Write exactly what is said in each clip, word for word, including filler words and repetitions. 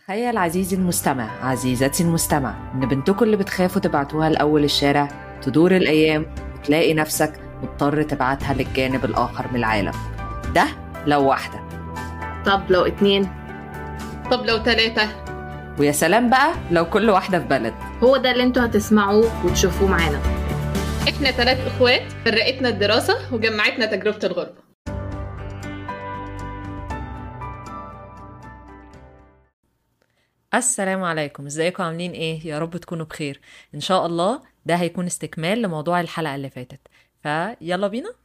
تخيل عزيزي المستمع عزيزتي المستمع إن بنتكم اللي بتخافوا تبعتوها لأول الشارع تدور الأيام وتلاقي نفسك مضطر تبعتها للجانب الآخر من العالم. ده لو واحدة. طب لو اتنين؟ طب لو تلاتة؟ ويا سلام بقى لو كل واحدة في بلد. هو ده اللي انتوا هتسمعوه وتشوفوه معانا. احنا تلات اخوات فرقتنا الدراسة وجمعتنا تجربة الغربة. السلام عليكم، ازيكم عاملين ايه؟ يا رب تكونوا بخير ان شاء الله. ده هيكون استكمال لموضوع الحلقة اللي فاتت، فيلا بينا.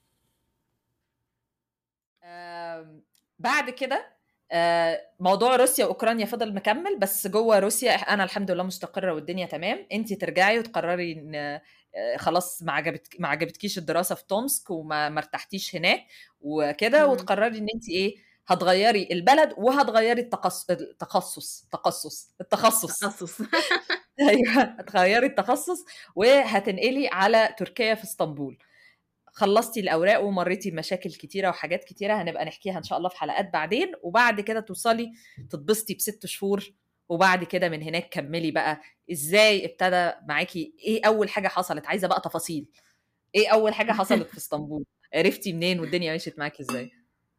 آم، بعد كده آه، موضوع روسيا واوكرانيا فضل مكمل، بس جوه روسيا انا الحمد لله مستقرة والدنيا تمام. انتي ترجعي وتقرري ان آه، خلاص ما عجبتك ما عجبتكيش الدراسة في تومسك وما مرتحتيش هناك وكده، مم. وتقرري ان انتي ايه هتغيري البلد وهتغيري التخصص التخصص التخصص التخصص تخصص. ايوه هتغيري التخصص وهتنقلي على تركيا في اسطنبول. خلصتي الاوراق ومريتي بمشاكل كتيره وحاجات كتيره هنبقى نحكيها ان شاء الله في حلقات بعدين، وبعد كده توصلي تتبسطي بست شهور، وبعد كده من هناك كملي بقى ازاي ابتدى معاكي. ايه اول حاجه حصلت؟ عايزه بقى تفاصيل. ايه اول حاجه حصلت في اسطنبول؟ عرفتي منين والدنيا مشيت معاكي ازاي؟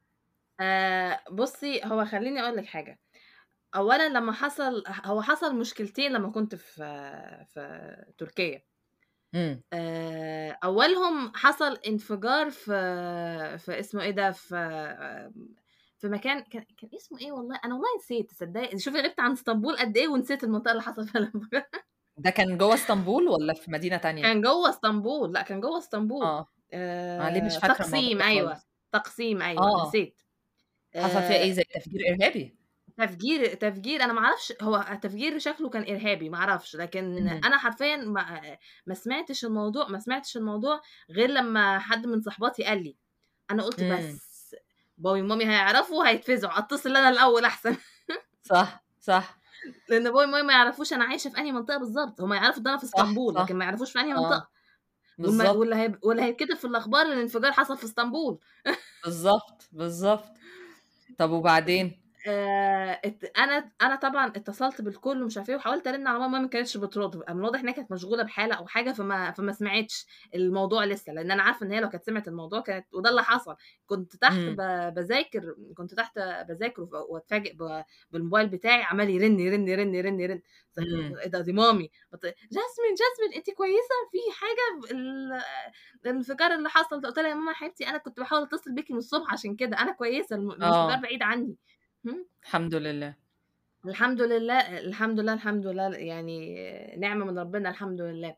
آه بصي، هو خليني اقول لك حاجه. اولا لما حصل هو حصل مشكلتين لما كنت في في تركيا. امم آه اولهم حصل انفجار في في اسمه ايه ده في في مكان كان كان اسمه ايه، والله انا والله نسيت. تصدقي شوفي غبت عن اسطنبول قد ايه ونسيت المنطقه اللي حصل فيها الانفجار. ده كان جوه اسطنبول ولا في مدينه تانية؟ كان جوه اسطنبول. لا كان جوه اسطنبول. اه اه ليه مش آه فاكره الموضوع تقسيم، ده ايوه خالص. تقسيم، ايوه اه نسيت. حصل فيها ايه؟ آه زي تفجير ارهابي؟ تفجير تفجير انا ما اعرفش، هو تفجير شكله كان ارهابي ما اعرفش، لكن مم. انا حرفيا ما, ما سمعتش الموضوع ما سمعتش الموضوع غير لما حد من صحباتي قال لي. انا قلت مم. بس بابي ومامي هيعرفوا هيتفزعوا، اتصل انا الاول احسن. صح صح لان بابي ومامي ما يعرفوش انا عايشه في انهي منطقه بالظبط. هم يعرفوا ان انا في صح اسطنبول لكن صح ما يعرفوش في انهي اه منطقه. والما- بالظبط واللي هي واللي هيتكتب في الاخبار ان الانفجار حصل في اسطنبول. بالظبط بالظبط. طب وبعدين؟ آه، ات- انا انا طبعا اتصلت بالكل ومش عارفه ايه، وحاولت ارن على ماما ما كانتش بترد. من الواضح انها كانت مشغوله بحاله او حاجه، فما فما سمعتش الموضوع لسه، لان انا عارفه ان هي لو كانت سمعت الموضوع كانت. وده اللي حصل. كنت تحت امم ب- بذاكر كنت تحت بذاكر وف- واتفاجئ ب- بالموبايل بتاعي عمال يرن يرن يرن يرن يرن. امم ايه ده؟ دي مامي. بط- جاسمين جاسمين انت كويسه؟ في حاجه؟ ال- الانفجار اللي حصل ده. قلت لها يا ماما حبيبتي انا كنت بحاول اتصل بيكي من الصبح عشان كده، انا كويسه، الم- الانفجار اه بعيد عني. هم؟ الحمد لله. الحمد لله الحمد لله الحمد لله، يعني نعمة من ربنا، الحمد لله.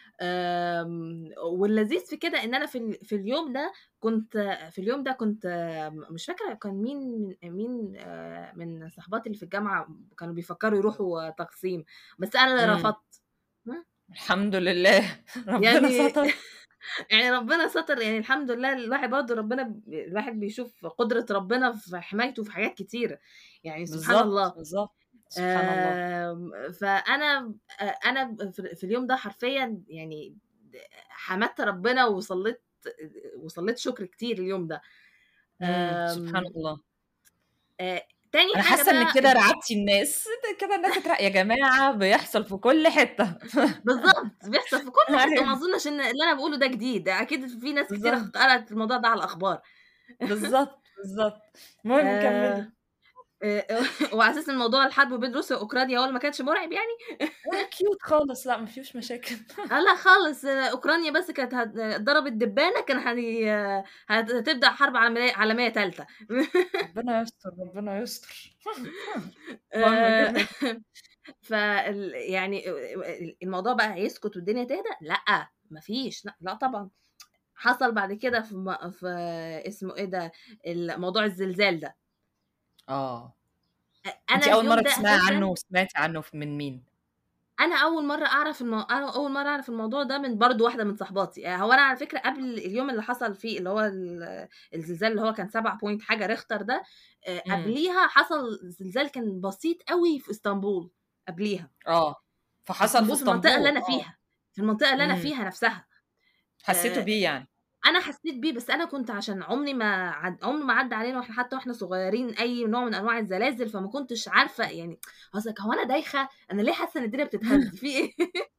آم، واللذيذ في كده ان انا في ال- في اليوم ده كنت في اليوم ده كنت آم، مش فاكره كان مين من مين آه، من صحباتي اللي في الجامعه كانوا بيفكروا يروحوا تقسيم، بس انا اللي امم رفضت. ها؟ الحمد لله ربنا يعني ستر. يعني ربنا ستر، يعني الحمد لله. الواحد برضه ربنا ب- الواحد بيشوف قدرة ربنا في حمايته في حاجات كتيرة، يعني سبحان بالظبط الله. بالظبط سبحان الله. آم، فانا آه، انا في في اليوم ده حرفيا يعني حمدت ربنا وصليت وصليت شكر كتير اليوم ده. امم سبحان آم، الله. آه، تاني انا حاجة حاسه انك بقى. كده رعبتي الناس كده. الناس اترعب يا جماعه، بيحصل في كل حته. بالظبط بيحصل في كل حتة، وما ايوه اظنش ان اللي انا بقوله ده جديد، اكيد في ناس كتير بالظبط قرأت الموضوع ده على الاخبار. بالظبط بالظبط. المهم كملي. آه، آه، وعلى اساس ان موضوع الحرب بين روسيا واوكرانيا هو اللي ما كانش مرعب يعني. آه، كيوت خالص، لا ما فيش مشاكل. آه لا خالص. آه، اوكرانيا بس كانت هت- ضربت دبانه كان هي هت- هتبدا حرب عالميه عالميه ثالثه. ربنا يستر ربنا يستر. المهم كملي. ف يعني الموضوع بقى هيسكت والدنيا تهدى؟ لا مفيش، لا, لا طبعا. حصل بعد كده في, م... في اسمه ايه ده، الموضوع الزلزال ده. اه انا انت اول اليوم مره ده تسمعي عنه اساسا وسمعتي عنه من مين؟ انا اول مره اعرف المو... انا اول مره اعرف الموضوع ده من برضو واحده من صحباتي. آه، هو انا على فكره قبل اليوم اللي حصل فيه اللي هو ال- الزلزال اللي هو كان سبعة بوينت حاجه ريختر ده. آه، امم قبليها حصل زلزال كان بسيط قوي في اسطنبول. قبليها اه في فحصل في اسطنبول، في المنطقه اللي اسطنبول انا اه. فيها في المنطقه اللي انا امم فيها نفسها. حسيته آه، بيه يعني. انا حسيت بيه، بس انا كنت عشان عمري ما عد... عمري ما عدى علينا واحنا حتى واحنا صغيرين اي نوع من انواع الزلازل، فما كنتش عارفه يعني. قصدك هو انا دايخه، انا ليه حاسه ان الدنيا بتتهز في ايه؟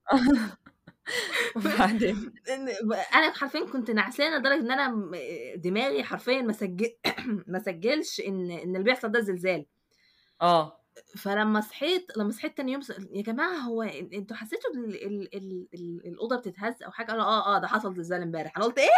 وبعدين انا حرفيا كنت نعسانه لدرجه ان انا م- دماغي حرفيا ما سجل ما سجلش ان ان اللي بيحصل ده زلزال. اه فلما صحيت لما صحيت تاني يوم س- يا جماعه هو انتوا حسيتوا ال... ال... ال... ال... الاوضه بتتهز او حاجه؟ قالوا اه اه ده حصل زلزال امبارح. انا قلت ايه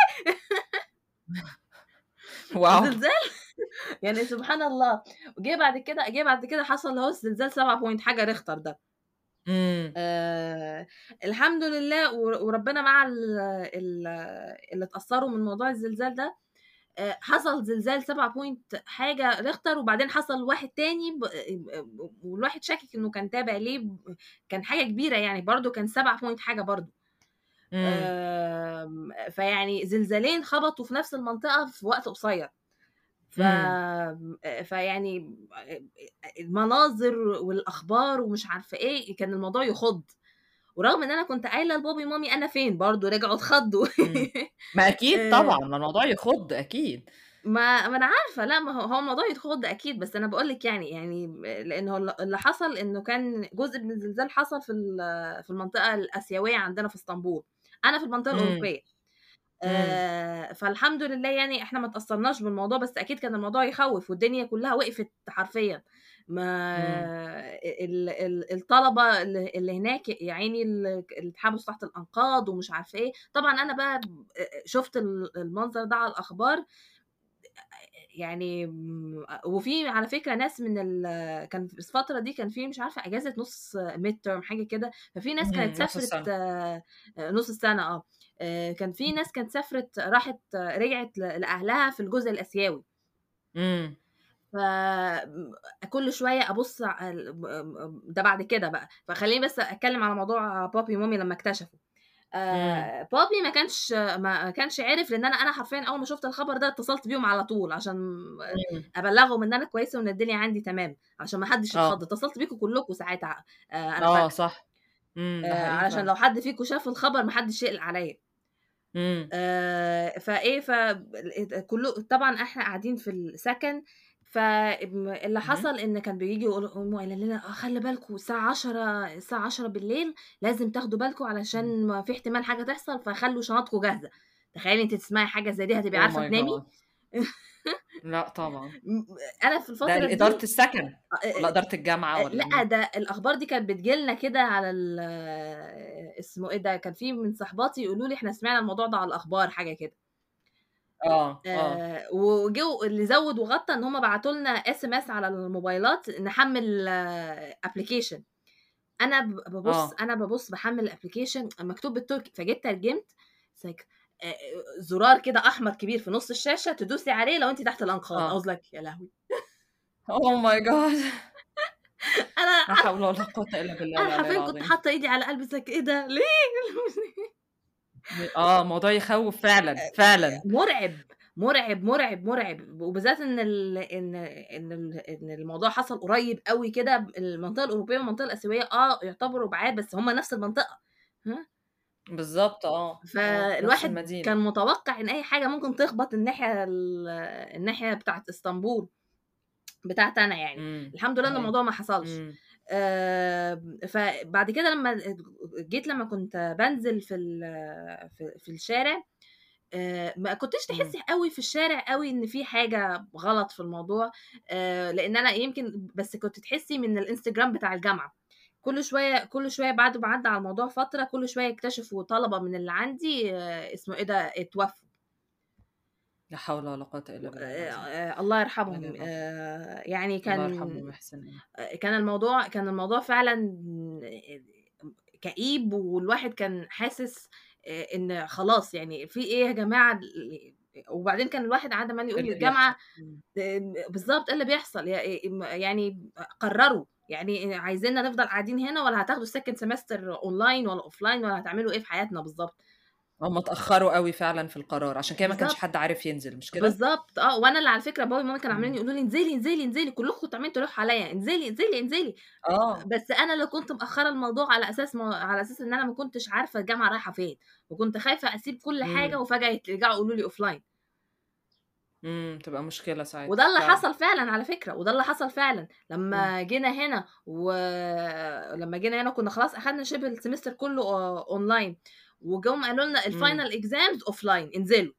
واو زلزال؟ يعني سبحان الله. وجه بعد كده جه بعد كده حصل اهو الزلزال سبعة بوينت حاجه ريختر ده. امم آه الحمد لله، ور- وربنا مع ال- ال- اللي اتأثروا من موضوع الزلزال ده. آه حصل زلزال سبعة بوينت حاجة ريختر، وبعدين حصل واحد تاني ب- ب- والواحد شاكك انه كان تابع ليه، ب- كان حاجة كبيرة يعني، برضو كان سبعة بوينت حاجة برضو. امم آم، فيعني زلزالين خبطوا في نفس المنطقة في وقت قصير. ف... امم فيعني المناظر والاخبار ومش عارفه ايه، كان الموضوع يخض. ورغم ان انا كنت قايله لبابي مامي انا فين، برضو رجعوا اتخضوا. امم ما اكيد طبعا، آه، ما الموضوع يخض اكيد. ما ما انا عارفه، لا ما هو هو الموضوع يتخض اكيد، بس انا بقول لك يعني يعني لانه اللي حصل انه كان جزء من الزلزال حصل في ال- في المنطقه الاسيويه عندنا في اسطنبول، انا في المنطقه امم الاوروبيه. امم آه فالحمد لله يعني احنا ما تأثرناش بالموضوع، بس اكيد كان الموضوع يخوف والدنيا كلها وقفت حرفيا. ما امم ال- ال- الطلبة اللي اللي هناك يا عيني اللي اللي اتحبسوا تحت الانقاض ومش عارفه ايه. طبعا انا بقى شفت المنظر ده على الاخبار يعني. م- وفي على فكره ناس من ال... كان في الفتره دي كان في مش عارفه اجازه نص ميد ترم حاجه كده، ففي ناس كانت امم نص سافرت السنة. آه، آه، نص السنه اه آه، كان في ناس كانت سافرت راحت آه، رجعت ل- لاهلها في الجزء الاسيوي. امم فكل شويه ابص ع- ده بعد كده بقى. فخليني بس اتكلم على موضوع بابي ومامي لما اكتشفوا. امم آه بابي ما كانش ما كانش عارف، لان انا انا حرفيا اول ما شفت الخبر ده اتصلت بيهم على طول عشان امم ابلغهم ان انا كويسه وان الدنيا عندي تمام، عشان ما حدش اه يتخض. اتصلت بيكم كلكم ساعتها. آه انا اه فاكره. صح. امم ده آه حقيقي علشان فعلا. لو حد فيكم شاف الخبر ما حدش يقلق عليا. امم آه فايه ف كله طبعا احنا قاعدين في السكن. فاللي امم حصل ان كان بيجي يقول امه قال لنا آه، خلي بالكم الساعه عشرة الساعه عشرة بالليل لازم تاخدوا بالكم علشان ما في احتمال حاجه تحصل، فخلوا شنطكم جاهزه. تخيلي انت تسمعي حاجه زي دي هتبقي اوه عارفه ماي تنامي. جاد. لا طبعا. انا في ده الفتره لإدارة دي السكن ولا آه، إدارة الجامعة آه، ولا لا مين؟ ده الاخبار دي كانت بتجيلنا كده على ال- اسمه ايه ده، كان في من صحباتي يقولوا لي احنا سمعنا الموضوع ده على الاخبار حاجه كده. اه اه آه وجو اللي زود وغطى ان هم بعتوا لنا اس ام اس على الموبايلات نحمل ابلكيشن. انا ب- ببص اه انا ببص بحمل الابلكيشن مكتوب بالتركي، فجيت ترجمت سايك- آه، زرار كده احمر كبير في نص الشاشه تدوسي عليه لو انت تحت الانقاض. I اه was like يا لهوي. اوه ماي جاد. انا لا حول ولا قوة إلا بالله انا العلي حرفيا كنت العظيم. حاطه ايدي على قلبي زيك ايه ده ليه. اه موضوع يخوف فعلا فعلا. مرعب مرعب مرعب مرعب، وبالذات ان ال... ان ان ال... ان الموضوع حصل قريب قوي كده. المنطقه الاوروبيه والمنطقه الاسيويه اه يعتبروا بعاد، بس هم نفس المنطقه. ها بالظبط اه اه نفس فالواحد المدينة. كان متوقع ان اي حاجه ممكن تخبط الناحيه ال... الناحيه بتاعت اسطنبول بتاعت انا يعني. امم الحمد لله ان ايوه. الموضوع ما حصلش. امم آه، فبعد كده لما جيت لما كنت بنزل في ال- في في الشارع آه، ما كنتش امم تحسي قوي في الشارع قوي ان في حاجه غلط في الموضوع. آه، لان انا يمكن بس كنت تحسي من الانستجرام بتاع الجامعه كل شويه كل شويه بعد ما عدى على الموضوع فتره كل شويه اكتشفوا طلبه من اللي عندي آه، اسمه ايه ده اتوفوا. لا حول ولا قوة إلا آه، بالله العظيم. آه، الله لا يرحمهم. إله إلا الله. آه، يعني الله كان يرحمه ويحسن إليه. كان الموضوع كان الموضوع فعلا كئيب، والواحد كان حاسس آه، ان خلاص يعني في ايه يا جماعه. وبعدين كان الواحد قاعد عمال إيه يقول اللي بيحصل؟ للجامعه مم. آه، بالظبط ايه اللي بيحصل يعني. قرروا يعني عايزيننا نفضل قاعدين هنا ولا هتاخدوا السكند سمستر اونلاين ولا اوفلاين ولا هتعملوا ايه في حياتنا بالظبط. هم اتاخروا قوي فعلا في القرار، عشان كده ما كانش بالظبط حد عارف ينزل، مش كده؟ بالظبط اه وانا اللي على فكره بابا وماما كانوا عاملين مم. يقولوا لي انزلي انزلي انزلي كلكم كنتوا عاملين تروحوا عليا انزلي انزلي انزلي اه بس انا اللي كنت مأخره الموضوع على اساس ما... على اساس ان انا ما كنتش عارفه الجامعه رايحه فين وكنت خايفه اسيب كل حاجه امم وفجاه يرجعوا يقولوا لي اوفلاين امم تبقى مشكله ساعتها وده اللي فعلا. حصل فعلا على فكره وده اللي حصل فعلا مم. لما جينا هنا ولما جينا هنا كنا خلاص اخدنا شبه السمستر كله آه، اونلاين وجم قالوا لنا مم. الفاينل اكزامز اوفلاين انزلوا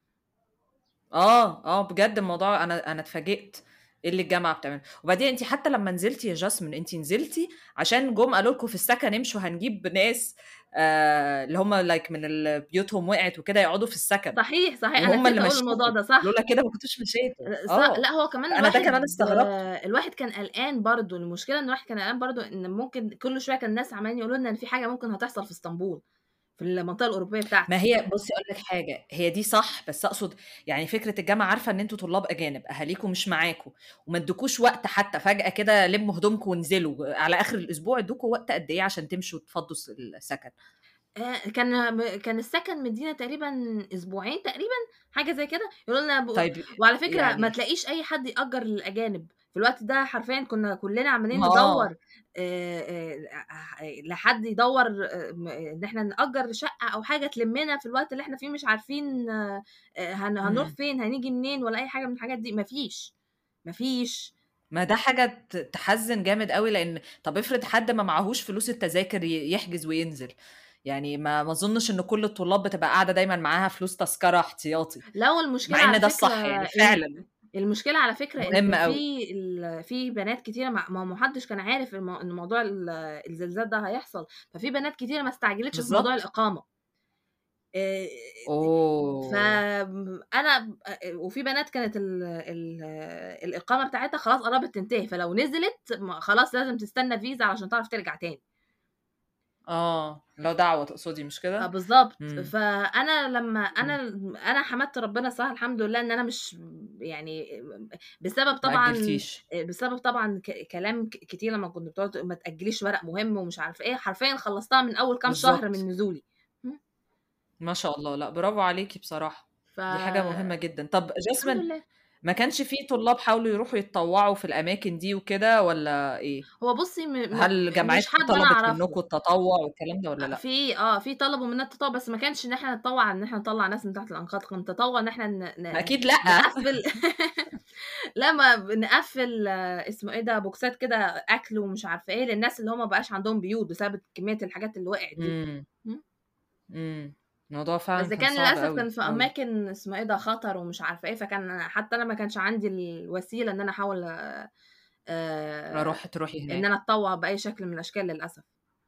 اه اه بجد الموضوع انا انا اتفاجئت ايه اللي الجامعه بتعمله. وبعدين انت حتى لما نزلتي يا جاسمين، انت نزلتي عشان جم قالوا لكم في السكن امشوا هنجيب ناس آه اللي هم لايك من ال- بيوتهم وقعت وكده يقعدوا في السكن، صحيح صحيح انا وهم نسيت اللي اقول الموضوع مشوكوا، ده صح لولا كده ما كنتوش مشيتوا. صح لا اه هو كمان انا ده كمان الواحد استغربت. آه، الواحد كان قلقان برضو المشكله ان الواحد كان قلقان برضو ان ممكن كل شويه كان الناس عمالين يقولوا لنا ان في حاجه ممكن هتحصل في اسطنبول في المنطقه الاوروبيه بتاعتي ما هي بصي اقول لك حاجه، هي دي صح، بس اقصد يعني فكره الجامعه عارفه ان انتوا طلاب اجانب، اهاليكم مش معاكم، وما ادوكوش وقت حتى فجاه كده لموا هدومكم وانزلوا على اخر الاسبوع، ادوكوا وقت قد ايه عشان تمشوا تفضوا السكن؟ آه، كان كان السكن مدينا تقريبا اسبوعين تقريبا حاجه زي كده يقولوا لنا ب... طيب وعلى فكره ما يعني تلاقيش اي حد يأجر للاجانب في الوقت ده حرفيا كنا كلنا عمالين ما ندور اه آه، آه، آه، لحد يدور آه، م- ان احنا نأجر شقه او حاجه تلمنا في الوقت اللي احنا فيه مش عارفين آه، آه، هن- هنروح مم. فين هنيجي منين ولا اي حاجه من الحاجات دي مفيش مفيش ما ده حاجه ت- تحزن جامد قوي، لان طب افرض حد ما معهوش فلوس التذاكر ي- يحجز وينزل، يعني ما ما اظنش ان كل الطلاب بتبقى قاعده دايما معاها فلوس تذكره احتياطي، لو المشكله مع ان على ده فكره الصح يعني الم... فعلا المشكله على فكره مهم ان قوي. في ال... في بنات كتيره ما ما ما حدش كان عارف الم... ان موضوع ال- الزلزال ده هيحصل ففي بنات كتيره ما استعجلتش في موضوع بالظبط. الاقامه آه، اوه فانا وفي بنات كانت ال... ال... الاقامه بتاعتها خلاص قربت تنتهي فلو نزلت ما- خلاص لازم تستنى فيزا علشان تعرف ترجع تاني اه لو دعوة تقصدي مش اه كده؟ بالظبط امم فانا لما انا امم انا حمدت ربنا صح الحمد لله ان انا مش يعني بسبب ما طبعا اجلتيش. بسبب طبعا ك- كلام ك- كتير لما كنت بتقعد ما تاجليش ورق مهم ومش عارفه ايه حرفيا خلصتها من اول كام شهر من بالظبط نزولي م? ما شاء الله، لا برافو عليكي بصراحة، دي حاجة مهمة فالحمد جدا. طب جاسمين، لله ما كانش فيه طلاب حاولوا يروحوا يتطوعوا في الأماكن دي وكده ولا إيه؟ هو بصي م... م... هل مش جامعاتكم حد انا طلبت اعرفه منكم التطوع والكلام ده ولا آه، لا؟ في اه في طلبوا مننا التطوع بس ما كانش ان احنا نتطوع ان احنا نطلع ناس من تحت الانقاض كان تطوع ان احنا ن... ما ن... أكيد لا. نقفل لا ما نقفل آه، اسمه ايه ده بوكسات كده اكل ومش عارفه ايه للناس اللي هم ما بقاش عندهم بيوت بسبب كميه الحاجات اللي وقعت دي امم م? امم الموضوع فعلا بس كان كان صعب للاسف قوي كان في قوي. اماكن اسمه ايه ده خطر ومش عارفه ايه فكان حتى انا ما كانش عندي الوسيله ان انا احاول آه، آه، اروح تروحي ان هناك. انا اتطوع باي شكل من الاشكال للاسف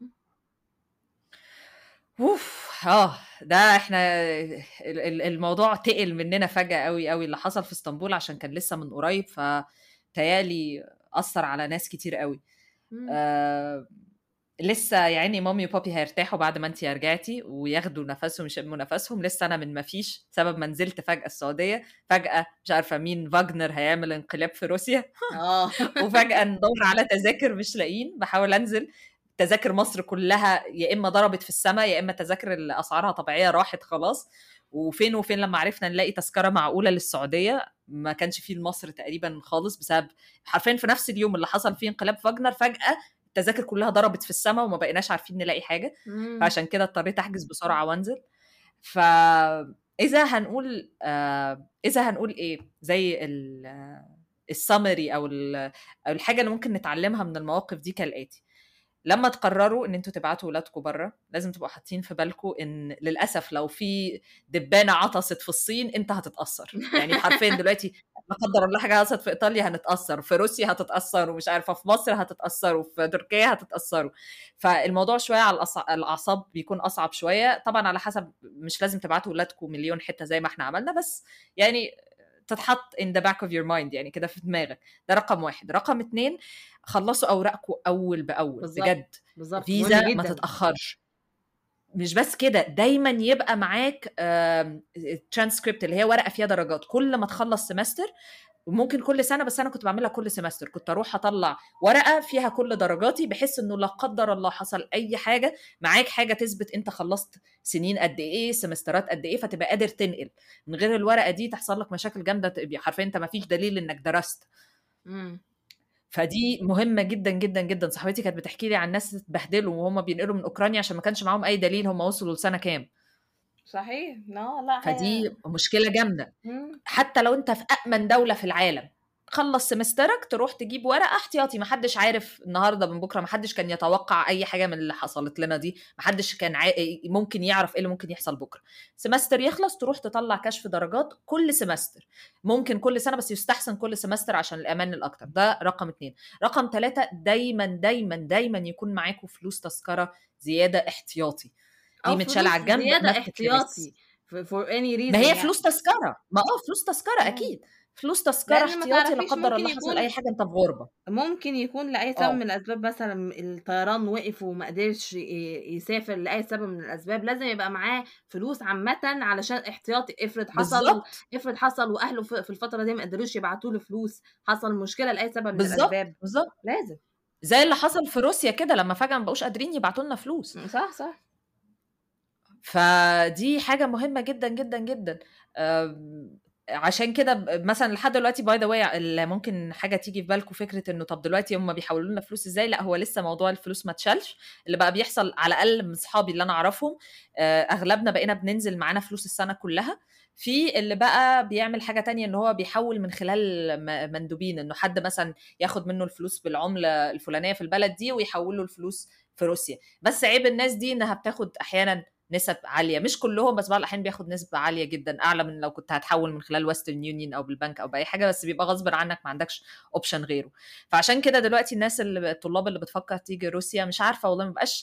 اوف اه ده احنا ال- ال- الموضوع تقل مننا فجأة قوي قوي اللي حصل في اسطنبول، عشان كان لسه من قريب، فتيالي أثر على ناس كتير قوي. م. آه لسه يعني مامي وبابي هيرتاحوا بعد ما انتي رجعتي وياخدوا نفسهم يشموا نفسهم، لسه انا من ما فيش سبب ما نزلت فجأة السعودية، فجأة مش عارفة مين فاجنر هيعمل انقلاب في روسيا اه وفجأة ندور على تذاكر مش لاقيين، بحاول انزل تذاكر مصر كلها يا اما ضربت في السماء يا اما تذاكر اللي اسعارها طبيعيه راحت خلاص، وفين وفين لما عرفنا نلاقي تذكره معقوله للسعوديه، ما كانش فيه لمصر تقريبا خالص، بسبب حرفيا في نفس اليوم اللي حصل فيه انقلاب فاجنر فجاه التذاكر كلها ضربت في السماء وما بقيناش عارفين نلاقي حاجه، م. فعشان كده اضطريت احجز بسرعه وانزل. ف اذا هنقول آه... اذا هنقول ايه زي ال السامري او ال- أو الحاجه اللي ممكن نتعلمها من المواقف دي كالاتي: لما تقرروا ان انتوا تبعتوا ولادكم بره لازم تبقوا حاطين في بالكم ان للاسف لو في دبانه عطست في الصين انت هتتاثر، يعني حرفيا دلوقتي لا قدر الله حاجه حصلت في ايطاليا هنتاثر، في روسيا هتتاثر، ومش عارفه في مصر هتتاثر، وفي تركيا هتتاثروا، فالموضوع شويه على الأصع... الاعصاب بيكون اصعب شويه، طبعا على حسب مش لازم تبعتوا ولادكم مليون حته زي ما احنا عملنا، بس يعني تتحط in the back of your mind يعني كده في دماغك. ده رقم واحد. رقم اتنين: خلصوا اوراقكم اول باول بالظبط بجد، بالظبط مهم فيزا ما جدا تتاخرش، مش بس كده دايما يبقى معاك ترانسكريبت اللي هي ورقه فيها درجات، كل ما تخلص سمستر وممكن كل سنه، بس انا كنت بعملها كل سمستر. كنت اروح اطلع ورقه فيها كل درجاتي، بحيث انه لا قدر الله حصل اي حاجه معاك حاجه تثبت انت خلصت سنين قد ايه، سمسترات قد ايه، فتبقى قادر تنقل. من غير الورقه دي تحصل لك مشاكل جامده، تبقى حرفيا انت ما فيش دليل انك درست. امم فدي مهمه جدا جدا جدا. صاحبتي كانت بتحكي لي عن ناس اتبهدلوا وهم بينقلوا من اوكرانيا عشان ما كانش معاهم اي دليل هم وصلوا لسنه كام. صحيح. لا لا هي فدي مشكله جامده. مم. حتى لو انت في أأمن دولة في العالم، خلص سمسترك تروح تجيب ورقة احتياطي. محدش عارف النهاردة من بكرة، محدش كان يتوقع أي حاجة من اللي حصلت لنا دي، محدش كان عا... ممكن يعرف ايه اللي ممكن يحصل بكرة. سمستر يخلص تروح تطلع كشف درجات كل سمستر، ممكن كل سنة بس يستحسن كل سمستر عشان الأمان الأكتر. ده رقم اتنين. رقم ثلاثة، دايما دايما دايما يكون معاكم فلوس تذكرة زيادة احتياطي. دي او متشالة فلوس على الجنب زياده ما بتتلبس. احتياطي for any reason ما هي يعني. فلوس تذكرة، ما اه فلوس تذكرة مم. أكيد. فلوس تذكرة لان ما احتياطي لا تعرفيش قدر ممكن الله حصل أي يكون حاجة أنت في غربة. ممكن يكون لأي سبب من اه الأسباب، مثلا الطيران وقف وما قدرش ي- يسافر لأي سبب من الأسباب، لازم يبقى معاه فلوس عامة علشان احتياطي. افرض حصل بالظبط افرض حصل وأهله في في الفترة دي ما قدروش يبعتوا له فلوس، حصل مشكلة لأي سبب من بالظبط الأسباب، بالظبط لازم. زي اللي حصل في روسيا كده لما فجأة ما بقوش قادرين يبعتوا لنا فلوس. صح صح. فدي حاجة مهمة جدا جدا جدا. أم، عشان كده ب- مثلا لحد دلوقتي باي ذا واي، ممكن حاجه تيجي في بالكم فكره انه طب دلوقتي هم بيحولوا لنا فلوس ازاي؟ لا، هو لسه موضوع الفلوس ما اتشالش. اللي بقى بيحصل على الاقل من اصحابي اللي انا اعرفهم، آه، اغلبنا بقينا بننزل معانا فلوس السنه كلها. في اللي بقى بيعمل حاجه تانية، ان هو بيحول من خلال م- مندوبين، انه حد مثلا ياخد منه الفلوس بالعمله الفلانيه في البلد دي ويحول له الفلوس في روسيا. بس عيب الناس دي انها بتاخد احيانا نسب عاليه، مش كلهم بس بعض الاحيان بياخد نسبه عاليه جدا، اعلى من لو كنت هتحول من خلال ويسترن يونيون او بالبنك او باي حاجه، بس بيبقى غصب عنك ما عندكش اوبشن غيره. فعشان كده دلوقتي الناس اللي الطلاب اللي بتفكر تيجي روسيا، مش عارفه والله، ما بقاش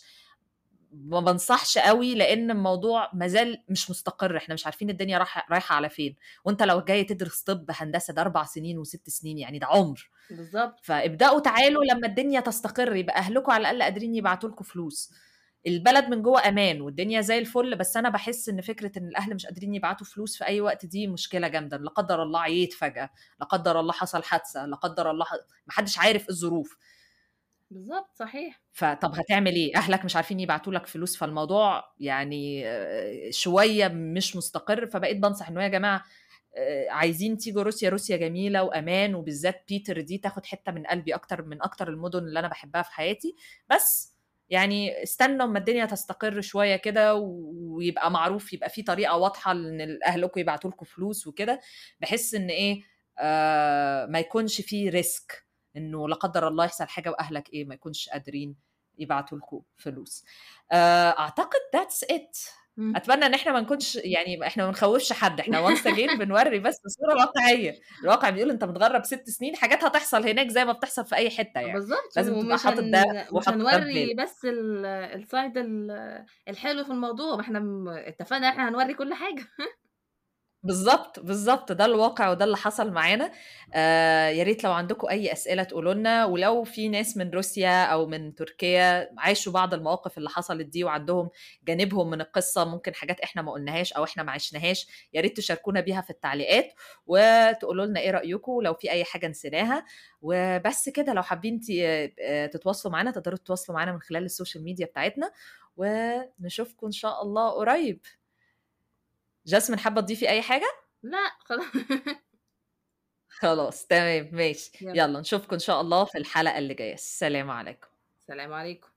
ما بنصحش قوي، لان الموضوع مازال مش مستقر. احنا مش عارفين الدنيا رايحه رايحه على فين. وانت لو جاي تدرس طب هندسه ده اربع سنين وست سنين، يعني ده عمر. بالظبط. فابداوا تعالوا لما الدنيا تستقر، يبقى اهلكم على الاقل قادرين يبعتوا لكم فلوس. البلد من جوه امان والدنيا زي الفل، بس انا بحس ان فكره ان الاهل مش قادرين يبعتوا فلوس في اي وقت دي مشكله جامده. لا قدر الله عييت فجاه، لا قدر الله حصل حادثه، لا قدر الله ح... محدش عارف الظروف. بالظبط صحيح. فطب هتعمل ايه؟ اهلك مش عارفين يبعتوا لك فلوس، فالموضوع يعني آه، شويه مش مستقر. فبقيت بنصح انه يا جماعه، آه، عايزين تيجوا روسيا، روسيا جميله وامان، وبالذات بيتر دي تاخد حته من قلبي، اكتر من اكتر المدن اللي انا بحبها في حياتي. بس يعني استنوا اما الدنيا تستقر شويه كده، ويبقى معروف، يبقى في طريقه واضحه ان اهلكم يبعتوا لكم فلوس وكده، بحس ان ايه، آه ما يكونش فيه ريسك انه لا قدر الله يحصل حاجه واهلك ايه ما يكونش قادرين يبعتوا لكم فلوس. آه اعتقد ذاتس ات. مم. اتمنى ان احنا ما نكونش يعني احنا ما نخوفش حد. احنا وانس اجين بنوري بس صوره واقعيه. الواقع بيقول انت متغرب ست سنين، حاجات هتحصل هناك زي ما بتحصل في اي حته يعني. بالظبط. لازم تبقى ومش حاطط ده هن... مش وحاطط ده في هنوري بالك. بس ال- السايد ال- الحلو في الموضوع، ما احنا م- اتفقنا احنا هنوري كل حاجة. بالظبط بالظبط ده الواقع وده اللي حصل معانا. آه يا ريت لو عندكم اي اسئله تقولوا لنا، ولو في ناس من روسيا او من تركيا عاشوا بعض المواقف اللي حصلت دي وعندهم جانبهم من القصه، ممكن حاجات احنا ما قلناهاش او احنا ما عشناهاش، يا ريت تشاركونا بيها في التعليقات وتقولوا لنا ايه رايكم لو في اي حاجه نسيناها. وبس كده، لو حابين ت- آه، تتواصلوا معنا تقدروا تتواصلوا معنا من خلال السوشيال ميديا بتاعتنا، ونشوفكم ان شاء الله قريب. جاسمين، حابه تضيفي اي حاجه؟ لا خلاص. خلاص تمام ماشي. يلا يلا نشوفكم إن شاء الله في الحلقة اللي جاية. السلام عليكم. سلام عليكم.